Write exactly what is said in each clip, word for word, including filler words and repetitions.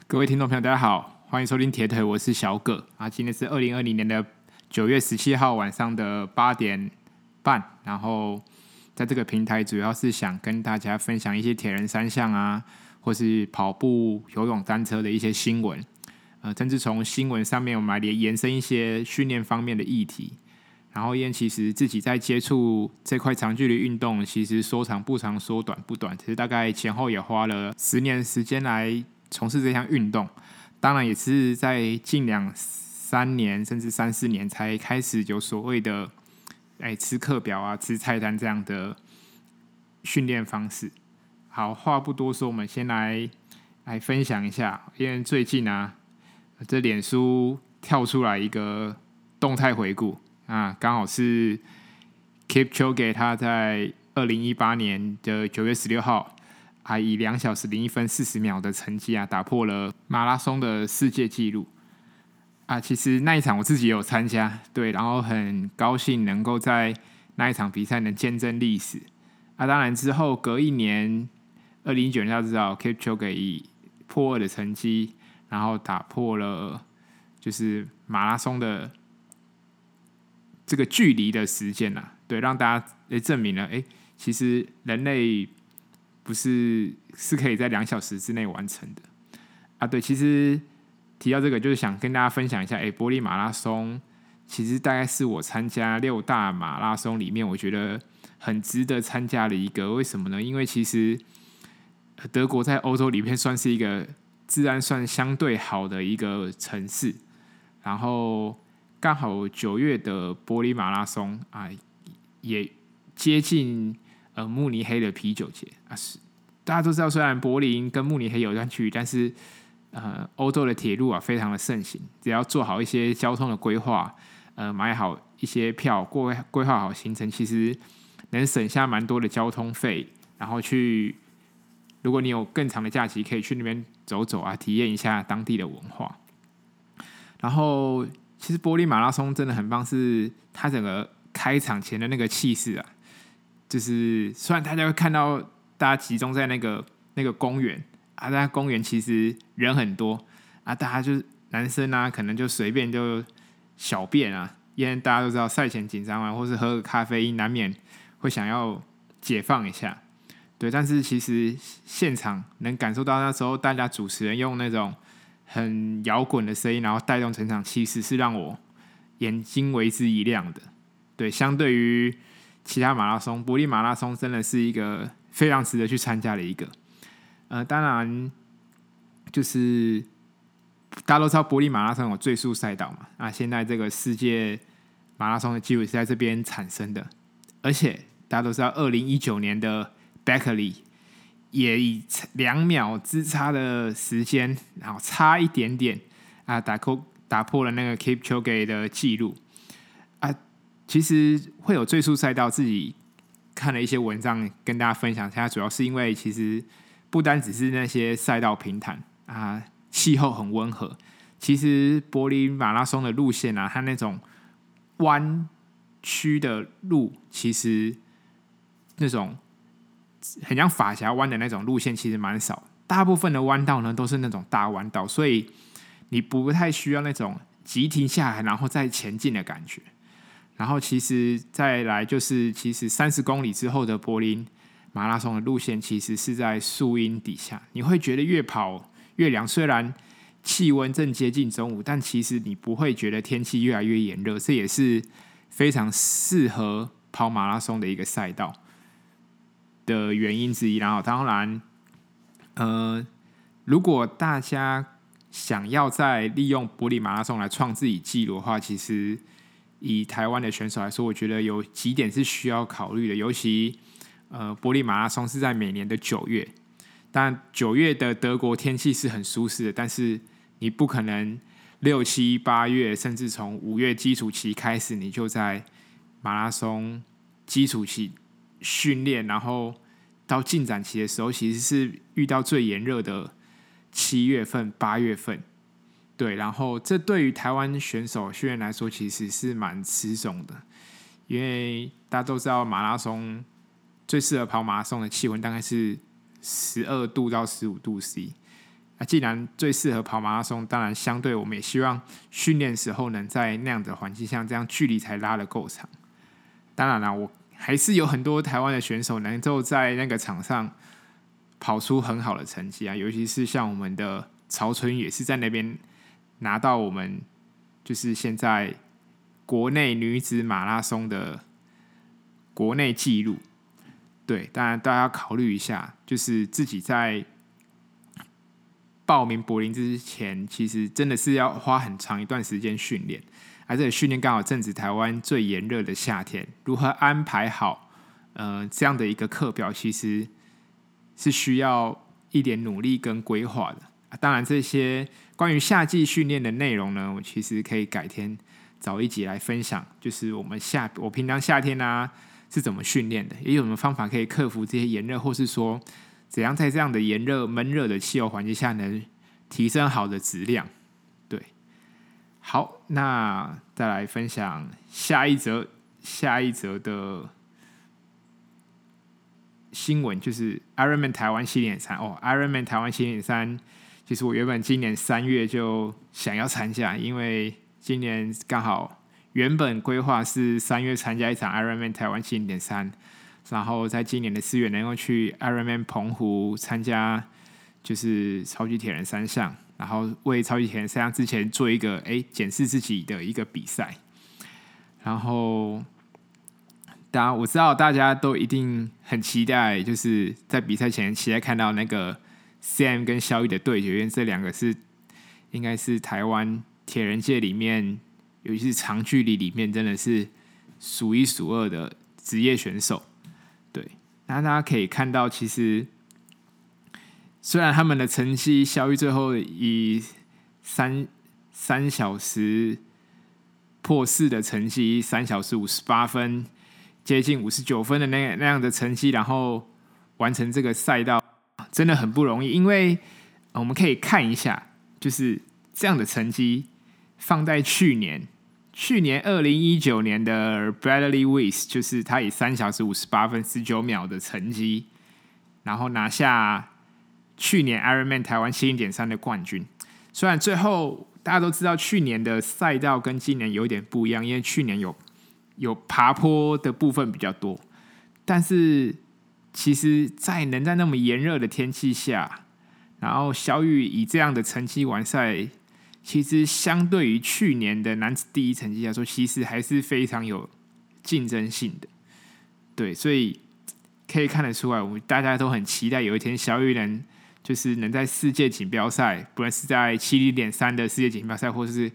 各位听众朋友，大家好，欢迎收听铁腿，我是小葛啊。今天是二零二零年的九月十七号晚上的八点半，然后在这个平台主要是想跟大家分享一些铁人三项啊，或是跑步、游泳、单车的一些新闻，呃，甚至从新闻上面我们来延伸一些训练方面的议题。然后因为其实自己在接触这块长距离运动，其实说长不长，说短不短，其实大概前后也花了十年时间来从事这项运动。当然也是在近两三年甚至三四年才开始有所谓的哎吃课表啊、吃菜单这样的训练方式。好，话不多说，我们先来来分享一下，因为最近啊，这脸书跳出来一个动态回顾啊，刚好是 Kipchoge 他在二零一八年的九月十六号。还以两小时零一分四十秒的成绩啊，打破了马拉松的世界纪录啊！其实那一场我自己也有参加，对，然后很高兴能够在那一场比赛能见证历史啊！当然之后隔一年，二零一九年大家知道 Kipchoge 以破二的成绩，然后打破了就是马拉松的这个距离的时间啊，对，让大家证明了，哎，其实人类不是是可以在两小时之内完成的啊！对，其实提到这个，就是想跟大家分享一下，哎，柏林马拉松其实大概是我参加六大马拉松里面，我觉得很值得参加的一个。为什么呢？因为其实德国在欧洲里面算是一个治安算相对好的一个城市，然后刚好九月的柏林马拉松啊，也接近。呃，慕尼黑的啤酒节啊，是大家都知道，虽然柏林跟慕尼黑有段距离，但是呃，欧洲的铁路啊非常的盛行，只要做好一些交通的规划，呃，买好一些票，过规划好行程，其实能省下蛮多的交通费，然后去，如果你有更长的假期，可以去那边走走啊，体验一下当地的文化。然后，其实柏林马拉松真的很棒，是它整个开场前的那个气势啊。就是虽然大家会看到大家集中在那个那个公园啊，但公园其实人很多啊，大家就是男生啊，可能就随便就小便啊，因为大家都知道赛前紧张啊，或是喝个咖啡因，难免会想要解放一下。对，但是其实现场能感受到那时候大家主持人用那种很摇滚的声音，然后带动整场气势，是让我眼睛为之一亮的。对，相对于其他马拉松，柏林马拉松真的是一个非常值得去参加的一个。呃，当然就是大家都知道柏林马拉松有最速赛道嘛，那现在这个世界马拉松的纪录是在这边产生的，而且大家都知道，二零一九年的 Beckley 也以两秒之差的时间，然后差一点点啊，打破打破了那个 Kipchoge 的纪录啊。其实会有最速赛道，自己看了一些文章跟大家分享一下，主要是因为其实不单只是那些赛道平坦啊，气候很温和。其实柏林马拉松的路线啊，它那种弯曲的路，其实那种很像法峡湾的那种路线，其实蛮少。大部分的弯道呢都是那种大弯道，所以你不太需要那种急停下来然后再前进的感觉。然后其实再来就是，其实三十公里之后的柏林马拉松的路线，其实是在树荫底下，你会觉得越跑越凉。虽然气温正接近中午，但其实你不会觉得天气越来越炎热，这也是非常适合跑马拉松的一个赛道的原因之一。然后当然，呃，如果大家想要再利用柏林马拉松来创自己纪录的话，其实以台湾的选手来说，我觉得有几点是需要考虑的。尤其呃，柏林马拉松是在每年的九月，但九月的德国天气是很舒适的，但是你不可能六七八月，甚至从五月基础期开始，你就在马拉松基础期训练，然后到进展期的时候，其实是遇到最炎热的七月份、八月份。对，然后这对于台湾选手训练来说，其实是蛮吃重的，因为大家都知道马拉松最适合跑马拉松的气温大概是十二度到十五度 C， 啊，既然最适合跑马拉松，当然相对我们也希望训练时候能在那样的环境下，这样距离才拉得够长。当然啦，我还是有很多台湾的选手能够在那个场上跑出很好的成绩啊，尤其是像我们的曹纯也是在那边拿到我们就是现在国内女子马拉松的国内纪录。对，当然大家要考虑一下，就是自己在报名柏林之前，其实真的是要花很长一段时间训练，而这个训练刚好正值台湾最炎热的夏天，如何安排好呃这样的一个课表，其实是需要一点努力跟规划的。啊、当然，这些关于夏季训练的内容呢，我其实可以改天找一集来分享，就是我们夏我平常夏天啊是怎么训练的，也有什么方法可以克服这些炎热，或是说怎样在这样的炎热闷热的气候环境下能提升好的质量。对，好，那再来分享下一则下一则的新闻，就是 Ironman 台湾七点三哦 ，Ironman 台湾七点三，其实我原本今年三月就想要参加，因为今年刚好原本规划是三月参加一场 Ironman 台湾七点三，然后在今年的四月能够去 Ironman 澎湖参加，就是超级铁人三项，然后为超级铁人三项之前做一个哎检视自己的一个比赛，然后。当然，我知道大家都一定很期待，就是在比赛前期待看到那个 C M 跟萧逸的对决，因为这两个是应该是台湾铁人界里面，尤其是长距离里面，真的是数一数二的职业选手。对，那大家可以看到，其实虽然他们的成绩，萧逸最后以三三小时破四的成绩，三小时五十八分。接近五十九分的 那, 那样的成绩，然后完成这个赛道，真的很不容易。因为我们可以看一下，就是这样的成绩放在去年，去年二零一九年的 Bradley Weiss， 就是他以三小时五十八分十九秒的成绩，然后拿下去年 Ironman 台湾七零点三的冠军。虽然最后大家都知道，去年的赛道跟今年有点不一样，因为去年有。有爬坡的部分比较多，但是其实在能在那么炎热的天气下，然后萧逸以这样的成绩完赛，其实相对于去年的男子第一成绩来说，其实还是非常有竞争性的。对，所以可以看得出来，我们大家都很期待有一天萧逸能就是能在世界锦标赛，不论是在七零点三的世界锦标赛，或是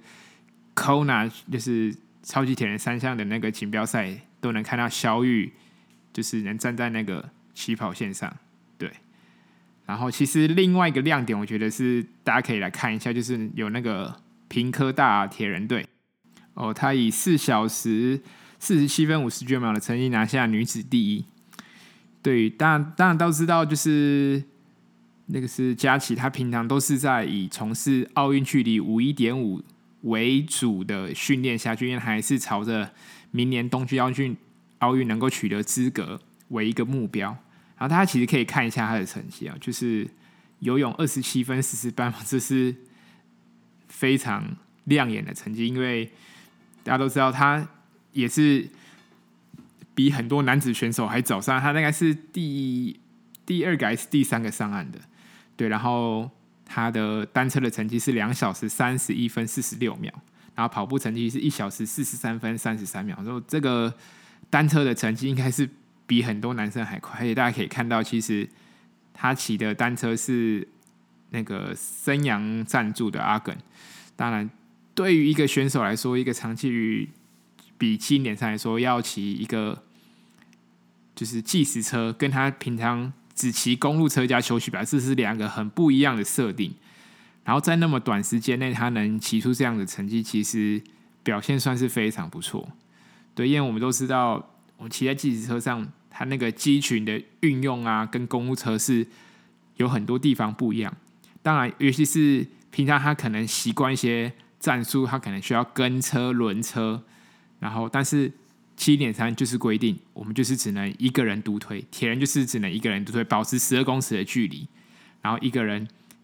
Kona 就是。超级铁人三项的那个锦标赛都能看到萧逸，就是能站在那个起跑线上，对。然后其实另外一个亮点，我觉得是大家可以来看一下，就是有那个屏科大铁人队哦，他以四小时四十七分五十九秒的成绩拿下女子第一。对，当然当然都知道，就是那个是佳琪，他平常都是在以从事奥运距离五一点五。为主的训练下去，因为还是朝着明年东京奥运奥运能够取得资格为一个目标。然后大家其实可以看一下他的成绩啊，就是游泳二十七分四十八秒，这是非常亮眼的成绩。因为大家都知道，他也是比很多男子选手还早上，他大概是第第二个还是第三个上岸的，对，然后。他的单车的成绩是两小时三十一分四十六秒，然后跑步成绩是一小时四十三分三十三秒。所以这个单车的成绩应该是比很多男生还快，而且大家可以看到，其实他骑的单车是那个森阳赞助的阿梗。当然，对于一个选手来说，一个长距离比七点三来说，要骑一个就是计时车，跟他平常。只骑公路车加休息表，这是两个很不一样的设定。然后在那么短时间内，他能骑出这样的成绩，其实表现算是非常不错。对，因为我们都知道，我们骑在计时车上，它那个肌群的运用啊，跟公路车是有很多地方不一样。当然，尤其是平常他可能习惯一些战术，他可能需要跟车、轮车，然后但是。七点三就是规定，我们就是只能一个人独推，铁人就是只能一个人独推，保持十二公尺的距离，然后一个人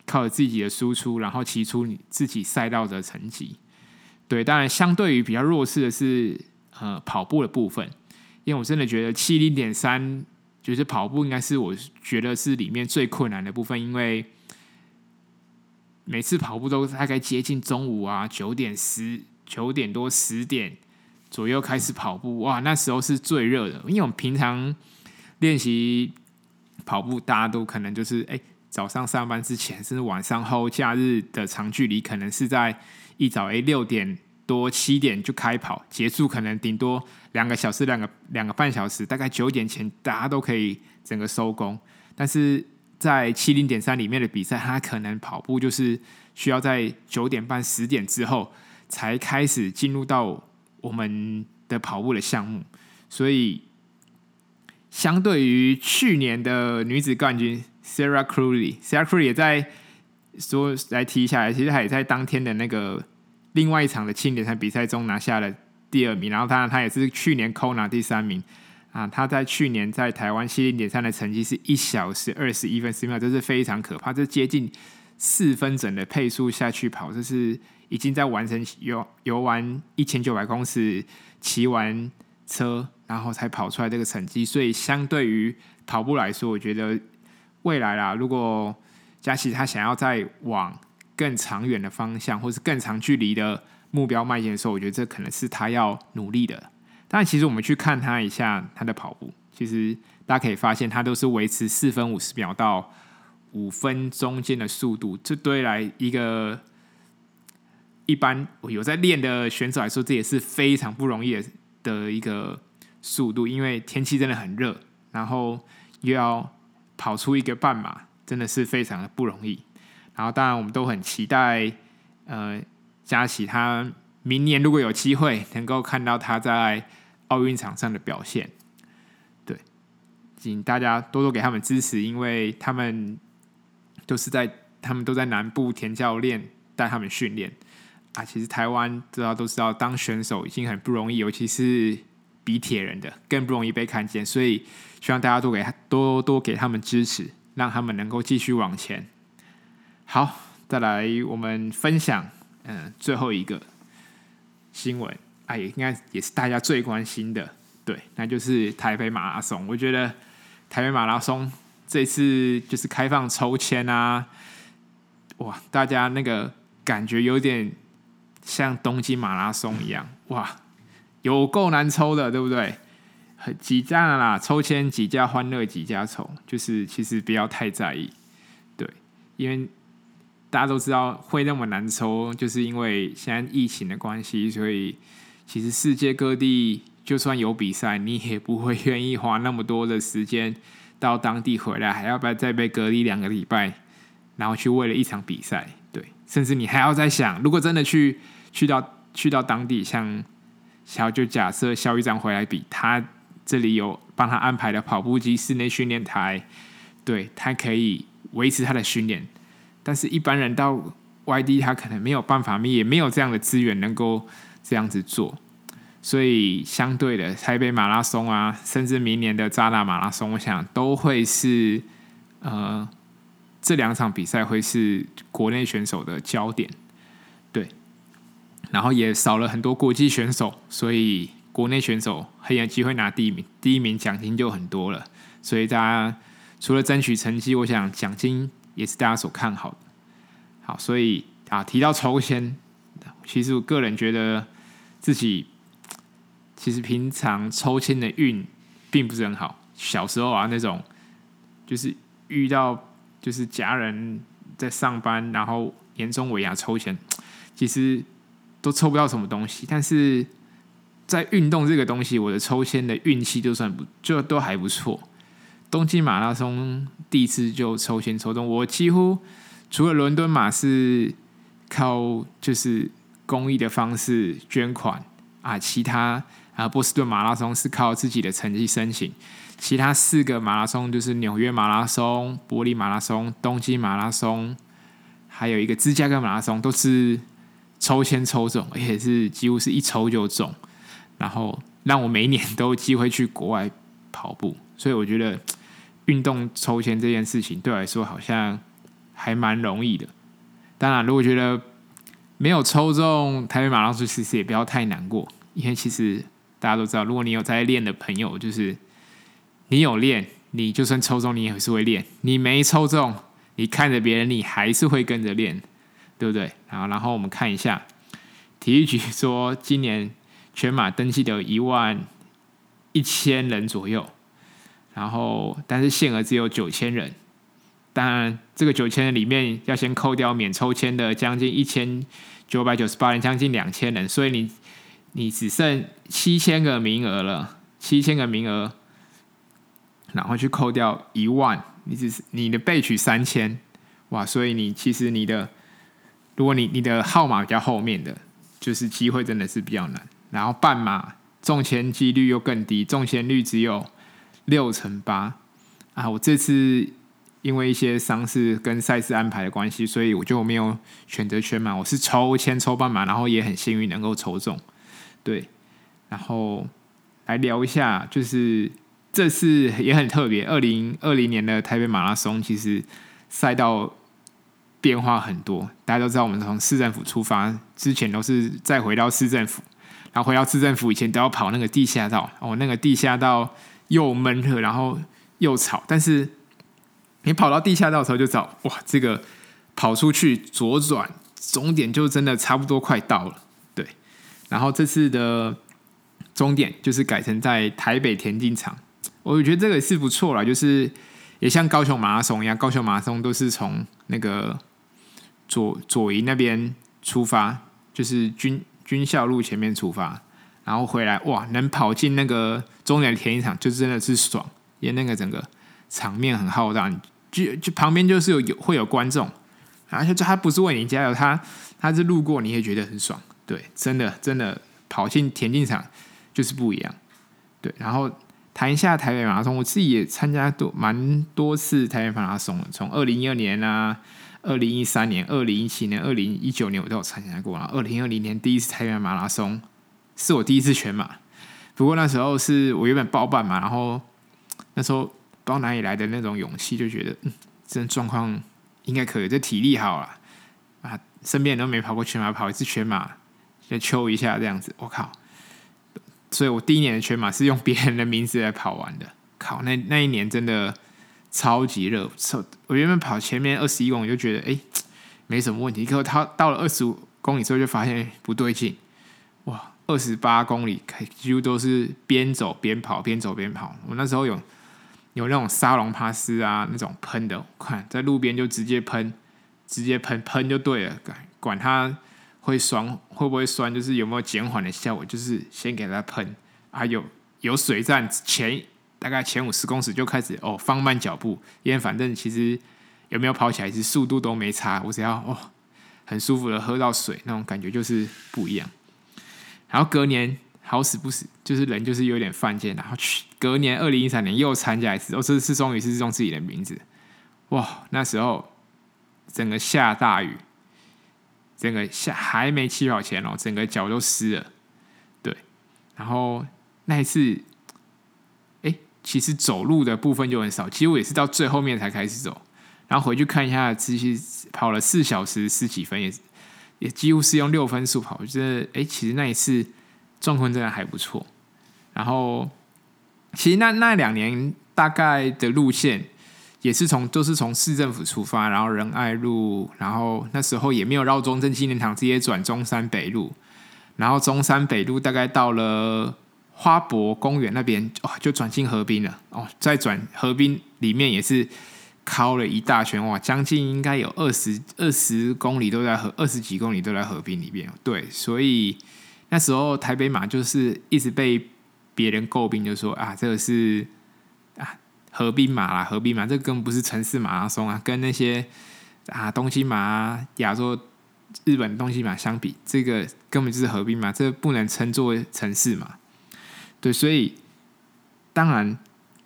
靠着自己的输出，然后骑出你自己赛道的成绩。对，当然相对于比较弱势的是呃跑步的部分，因为我真的觉得七零点三就是跑步应该是我觉得是里面最困难的部分，因为每次跑步都大概接近中午啊九点十九点多十点左右开始跑步，哇，那时候是最热的，因为我们平常练习跑步，大家都可能就是哎。早上上班之前，甚至晚上后，假日的长距离可能是在一早哎六点多七点就开跑，结束可能顶多两个小时、两个两个半小时，大概九点前大家都可以整个收工。但是在七零点三里面的比赛，它可能跑步就是需要在九点半、十点之后才开始进入到我们的跑步的项目，所以相对于去年的女子冠军。Sarah Crowley，Sarah Crowley 也在说来提一下，其实她也在当天的那个另外一场的七零点三比赛中拿下了第二名，然后当然她也是去年 Kona 第三名啊。她在去年在台湾七零点三的成绩是一小时二十一分十秒，这是非常可怕，这接近四分整的配速下去跑，这是已经在完成游游完一千九百公尺，骑完车，然后才跑出来这个成绩。所以相对于跑步来说，我觉得。未来啦，如果嘉琪他想要再往更长远的方向，或是更长距离的目标迈进的时候，我觉得这可能是他要努力的。但其实我们去看他一下他的跑步，其实大家可以发现，他都是维持四分五十秒到五分中间的速度。这对来一个一般有在练的选手来说，这也是非常不容易 的, 的一个速度，因为天气真的很热，然后又要跑出一个半马，真的是非常的不容易。然后当然我们都很期待呃嘉琪他明年如果有机会能够看到他在奥运场上的表现。对，请大家多多给他们支持，因为他们都是在他们都在南部田教练带他们训练啊。其实台湾大家都知道，当选手已经很不容易，尤其是比铁人的更不容易被看见，所以希望大家多给多多给他们支持，让他们能够继续往前。好，再来我们分享，嗯，最后一个新闻啊，也应该也是大家最关心的，对，那就是台北马拉松。我觉得台北马拉松这次就是开放抽签啊，哇，大家那个感觉有点像东京马拉松一样，哇！有够难抽的，对不对？几家啦，抽签几家欢乐几家愁，就是其实不要太在意，对，因为大家都知道会那么难抽，就是因为现在疫情的关系，所以其实世界各地就算有比赛，你也不会愿意花那么多的时间到当地回来，还要不要再被隔离两个礼拜，然后去为了一场比赛，对，甚至你还要再想，如果真的去去到去到当地，像。小就假设肖玉章回来比，他这里有帮他安排的跑步机、室内训练台，对他可以维持他的训练。但是一般人到 Y D， 他可能没有办法，也没有这样的资源能够这样子做。所以相对的，台北马拉松啊，甚至明年的扎达马拉松，我想都会是呃这两场比赛会是国内选手的焦点，对。然后也少了很多国际选手，所以国内选手很有机会拿第一名，第一名奖金就很多了。所以大家除了争取成绩，我想奖金也是大家所看好的。好，所以啊，提到抽签，其实我个人觉得自己其实平常抽签的运并不是很好。小时候啊，那种就是遇到就是家人在上班，然后年终尾牙抽签，其实。都抽不到什么东西，但是在运动这个东西，我的抽签的运气就算不就都还不错。东京马拉松第一次就抽签抽中，我几乎除了伦敦马是靠就是公益的方式捐款啊，其他啊波士顿马拉松是靠自己的成绩申请，其他四个马拉松就是纽约马拉松、柏林马拉松、东京马拉松，还有一个芝加哥马拉松都是。抽签抽中，而且是几乎是一抽就中，然后让我每一年都有机会去国外跑步，所以我觉得运动抽签这件事情对我来说好像还蛮容易的。当然，如果觉得没有抽中台北马拉松，其实也不要太难过，因为其实大家都知道，如果你有在练的朋友，就是你有练，你就算抽中，你也是会练；你没抽中，你看着别人，你还是会跟着练，对不对？然后，然后我们看一下体育局说，今年全马登记的有一万一千人左右，然后但是限额只有九千人。当然，这个九千人里面要先扣掉免抽签的将近一千九百九十八人，将近两千人，所以你你只剩七千个名额了，七千个名额，然后去扣掉一万，你只是你的备取三千，哇！所以你其实你的，如果你你的号码比较后面的，就是机会真的是比较难。然后半马中签几率又更低，中签率只有六成八啊！我这次。因为一些伤势跟赛事安排的关系，所以我就没有选择全马，我是抽签抽半马，然后也很幸运能够抽中。对，然后来聊一下，就是这次也很特别，二零二零年的台北马拉松其实赛道变化很多。大家都知道，我们从市政府出发之前都是再回到市政府，然后回到市政府以前都要跑那个地下道，哦，那个地下道又闷热，然后又吵，但是你跑到地下道的时候就知道，哇，这个跑出去左转，终点就真的差不多快到了。对，然后这次的终点就是改成在台北田径场，我觉得这个是不错啦，就是也像高雄马拉松一样，高雄马拉松都是从那个左左营那边出发，就是军军校路前面出发，然后回来，哇，能跑进那个终点的田径场，就真的是爽，因为那个整个场面很浩大，就就旁边就是有有会有观众，然后就他不是为你加油，他他是路过，你也觉得很爽。对，真的真的跑进田径场就是不一样。对，然后谈一下台北马拉松，我自己也参加多蛮多次台北马拉松了，从二零一二年啊、二零一三年、二零一七年、二零一九年我都有参加过。然后二零二零年第一次台北马拉松是我第一次全马，不过那时候是我原本包办嘛，然后那时候不知道哪里来的那种勇气，就觉得嗯，这状况应该可以，这体力好了啊，身边人都没跑过全马，跑一次全马就抽一下这样子，我靠！所以我第一年的全马是用别人的名字来跑完的，靠，那那一年真的超级热。我原本跑前面二十一公里就觉得哎、欸、没什么问题，可是他到了二十五公里之后就发现不对劲，哇！二十八公里几乎都是边走边跑，边走边跑。我那时候有有那种沙龙帕斯啊，那种喷的，看在路边就直接喷，直接喷喷就对了，管它会酸会不会酸，就是有没有减缓的效果，就是先给它喷啊。有有水站前大概前五十公尺就开始哦放慢脚步，因为反正其实有没有跑起来，其实速度都没差，我只要哦很舒服的喝到水，那种感觉就是不一样。然后隔年好死不死，就是人就是有点犯贱，然后隔年二零一三年又参加一次，哦，这次终于是用自己的名字，哇！那时候整个下大雨，整个下还没起跑前哦，整个脚都湿了，对。然后那一次，哎，其实走路的部分就很少，几乎也是到最后面才开始走。然后回去看一下，其实跑了四小时十几分，也也几乎是用六分速跑，我觉得哎，其实那一次状况真的还不错。然后其实那那两年大概的路线也是从都是从市政府出发，然后仁爱路，然后那时候也没有绕中正纪念堂，直接转中山北路，然后中山北路大概到了花博公园那边，哦，就转进河滨了哦，再转河滨里面也是靠了一大圈，哇，将近应该有二十二十公里都在河，二十几公里都在河滨里面。对，所以那时候台北马就是一直被别人诟病，就说啊，这个是啊河滨马啦，河滨马，这个根本不是城市马拉松啊，跟那些啊东京马啊、亚洲、日本东京马相比，这个根本就是河滨马，这个不能称作城市马。对，所以当然。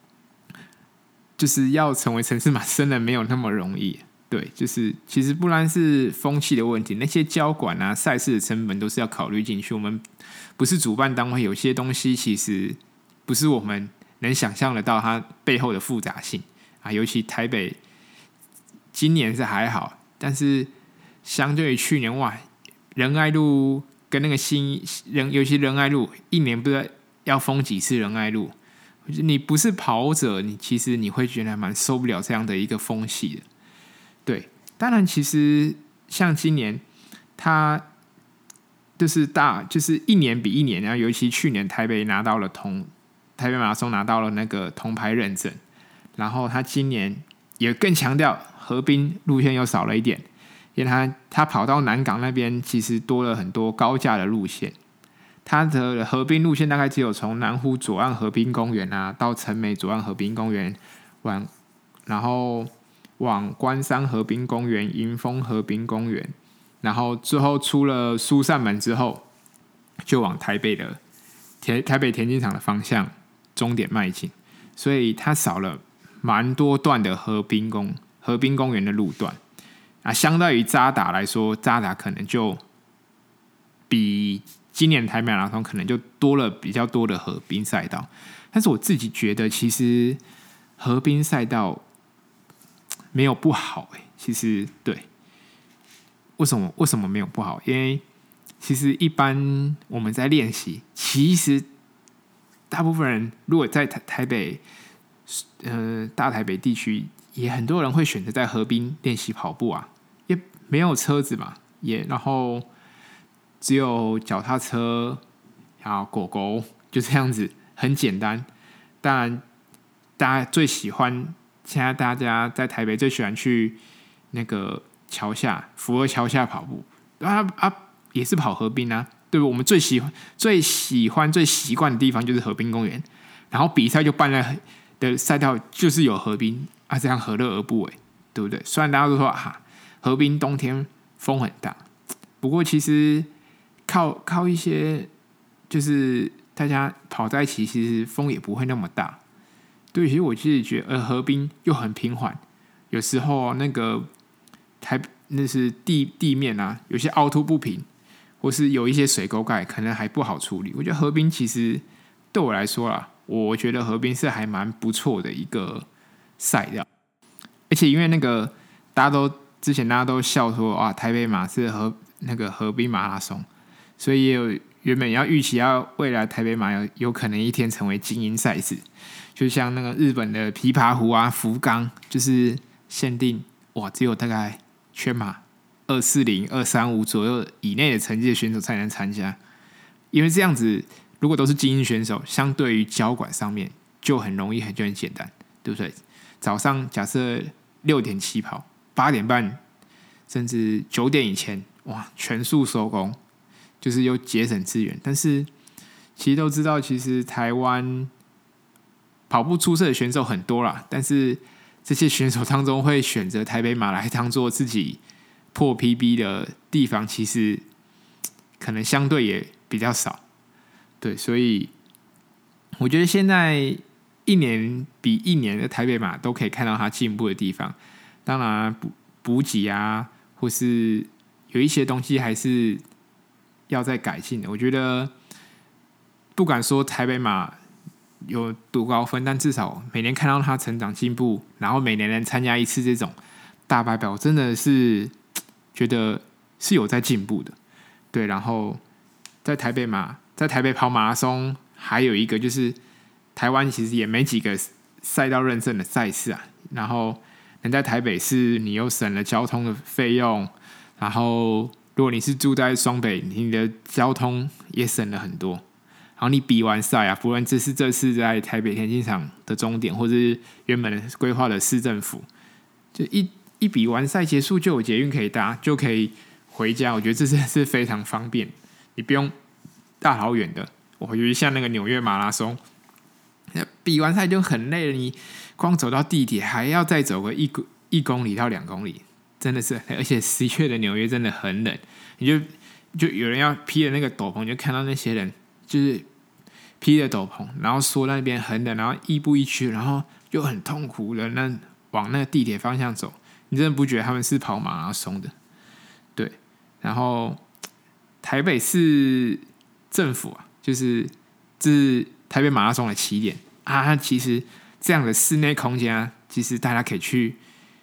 就是要成为城市马真的没有那么容易，对，就是其实不然是风气的问题，那些交管啊、赛事的成本都是要考虑进去。我们不是主办单位，有些东西其实不是我们能想象得到它背后的复杂性啊。尤其台北今年是还好，但是相对于去年哇，仁爱路跟那个新仁，尤其仁爱路，一年不知道要封几次仁爱路。你不是跑者，你其实你会觉得蛮受不了这样的一个风气的。对，当然其实像今年，它就是大，就是一年比一年，然后尤其去年台北拿到了铜，台北马拉松拿到了那个铜牌认证，然后他今年也更强调河滨路线又少了一点，因为他他跑到南港那边其实多了很多高架的路线。它的河滨路线大概只有从南湖左岸河滨公园啊，到成美左岸河滨公园，往然后往关山河滨公园、迎风河滨公园，然后最后出了苏善门之后，就往台北的台北田径场的方向终点迈进，所以它少了蛮多段的河滨公河滨公园的路段啊，相对于渣打来说，渣打可能就比今年台北马拉松可能就多了比较多的河滨赛道，但是我自己觉得其实河滨赛道没有不好、欸、其实对，为什么为什么没有不好？因为其实一般我们在练习，其实大部分人如果在台北呃大台北地区，也很多人会选择在河滨练习跑步啊，也没有车子嘛，也然后。只有脚踏车，然后狗狗，就这样子，很简单。当然，大家最喜欢，现在大家在台北最喜欢去那个桥下，福和桥下跑步啊啊，也是跑河滨啊，对不？我们最喜欢、最喜欢、最习惯的地方就是河滨公园，然后比赛就办在的赛道就是有河滨啊，这样何乐而不为，对不对？虽然大家都说啊，河滨冬天风很大，不过其实。靠靠一些，就是大家跑在一起，其实风也不会那么大。对，其实我自己觉得，呃，河滨又很平缓，有时候那个台那是地地面啊，有些凹凸不平，或是有一些水沟盖，可能还不好处理。我觉得河滨其实对我来说啦，我觉得河滨是还蛮不错的一个赛道，而且因为那个大家都之前大家都笑说啊，台北马是河那个河滨马拉松。所以也有原本要预期要未来台北马 有, 有可能一天成为精英赛事，就像那个日本的琵琶湖啊、福冈，就是限定哇，只有大概全马二四零、二三五左右以内的成绩的选手才能参加，因为这样子如果都是精英选手，相对于交管上面就很容易，很就很简单，对不对？早上假设六点起跑，八点半甚至九点以前，哇，全速收工。就是又节省资源，但是其实都知道，其实台湾跑步出色的选手很多啦，但是这些选手当中会选择台北马来当做自己破 P B 的地方，其实可能相对也比较少。对，所以我觉得现在一年比一年的台北马都可以看到他进步的地方。当然补补给啊，或是有一些东西还是。要再改进的，我觉得不敢说台北马有多高分，但至少每年看到他成长进步，然后每年能参加一次这种大百表，真的是觉得是有在进步的。对，然后在台北马，在台北跑马拉松，还有一个就是台湾其实也没几个赛道认证的赛事啊，然后能在台北市，你又省了交通的费用，然后。如果你是住在双北，你的交通也省了很多。然后你比完赛啊，不论这是这次在台北田径场的终点，或是原本的规划的市政府，就一一比完赛结束就有捷运可以搭，就可以回家。我觉得这是非常方便，你不用大老远的。我觉得像那个纽约马拉松，比完赛就很累了，你光走到地铁还要再走个一一公里到两公里。真的是，而且十月的纽约真的很冷，你就就有人要披着那个斗篷，你就看到那些人就是披着斗篷，然后说那边很冷，然后亦步亦趋，然后就很痛苦的那往那个地铁方向走，你真的不觉得他们是跑马拉松的？对，然后台北市政府啊，就是这是台北马拉松的起点啊，其实这样的室内空间啊，其实大家可以去。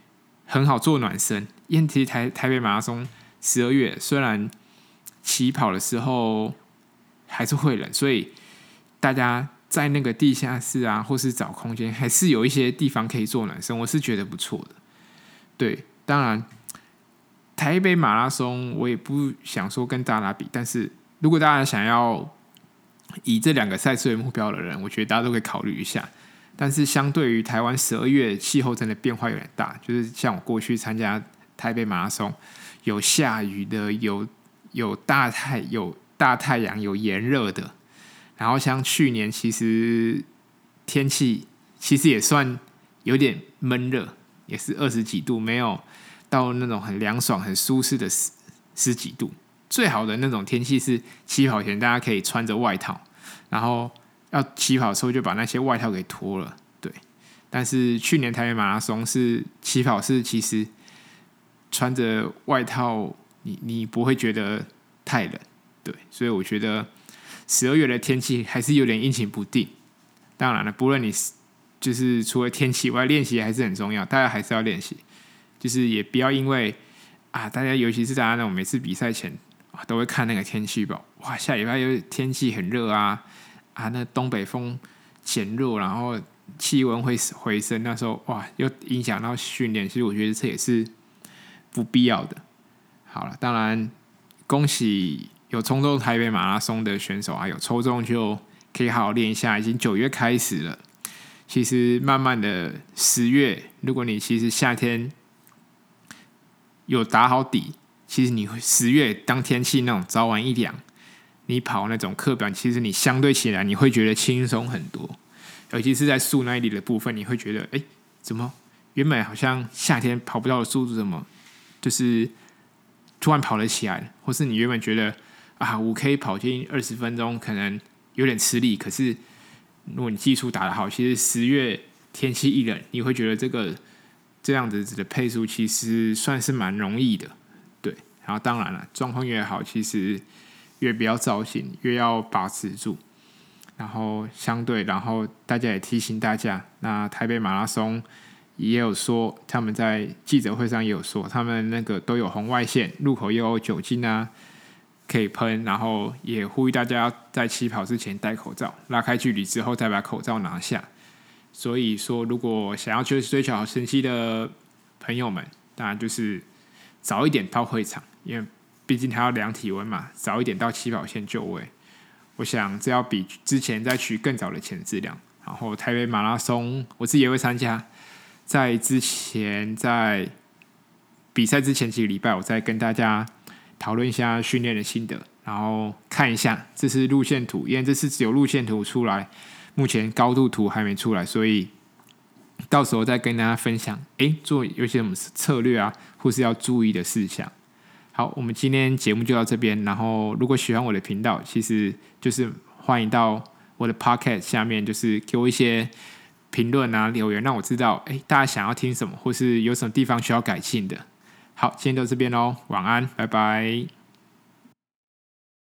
很好做暖身，因为其实台台北马拉松十二月虽然起跑的时候还是会冷，所以大家在那个地下室啊，或是找空间，还是有一些地方可以做暖身，我是觉得不错的。对，当然台北马拉松我也不想说跟大家比，但是如果大家想要以这两个赛事为目标的人，我觉得大家都可以考虑一下。但是相对于台湾十二月气候真的变化有点大，就是像我过去参加台北马拉松，有下雨的，有有大太有大太阳，有炎热的。然后像去年其实天气其实也算有点闷热，也是二十几度，没有到那种很凉爽、很舒适的十十几度。最好的那种天气是起跑前大家可以穿着外套，然后要起跑的时候就把那些外套给脱了，对。但是去年台北马拉松是起跑是其实穿着外套你，你不会觉得太冷，对。所以我觉得十二月的天气还是有点阴晴不定。当然了，不论你就是除了天气以外，练习还是很重要，大家还是要练习，就是也不要因为啊，大家尤其是大家那种每次比赛前啊都会看那个天气预报，哇，下礼拜又天气很热啊。啊，那东北风减弱，然后气温会回升，那时候哇，又影响到训练。其实我觉得这也是不必要的。好了，当然恭喜有冲中台北马拉松的选手啊，有抽中就可以好好练一下。已经九月开始了，其实慢慢的十月，如果你其实夏天有打好底，其实你十月当天气那种早晚一凉。你跑那种课表，其实你相对起来你会觉得轻松很多，尤其是在速耐力的部分，你会觉得，哎，怎么原本好像夏天跑不到的速度，怎么就是突然跑了起来了？或是你原本觉得啊，五 K 跑进二十分钟可能有点吃力，可是如果你技术打得好，其实十月天气一冷，你会觉得这个这样子的配速其实算是蛮容易的，对。然后当然了，状况越好，其实越不要躁心，越要把持住。然后相对，然后大家也提醒大家，那台北马拉松也有说，他们在记者会上也有说，他们那个都有红外线，入口又有酒精啊，可以喷。然后也呼吁大家在起跑之前戴口罩，拉开距离之后再把口罩拿下。所以说，如果想要去追求好成绩的朋友们，当然就是早一点到会场，因为毕竟还要量体温嘛，早一点到起跑线就位。我想这要比之前再取更早的前质量。然后台北马拉松我自己也会参加，在之前在比赛之前几个礼拜，我再跟大家讨论一下训练的心得，然后看一下这是路线图，因为这次只有路线图出来，目前高度图还没出来，所以到时候再跟大家分享，哎，做有些什么策略啊，或是要注意的事项。好，我们今天节目就到这边。然后，如果喜欢我的频道，其实就是欢迎到我的 podcast 下面，就是给我一些评论啊、留言，让我知道，哎，大家想要听什么，或是有什么地方需要改进的。好，今天到这边咯，晚安，拜拜。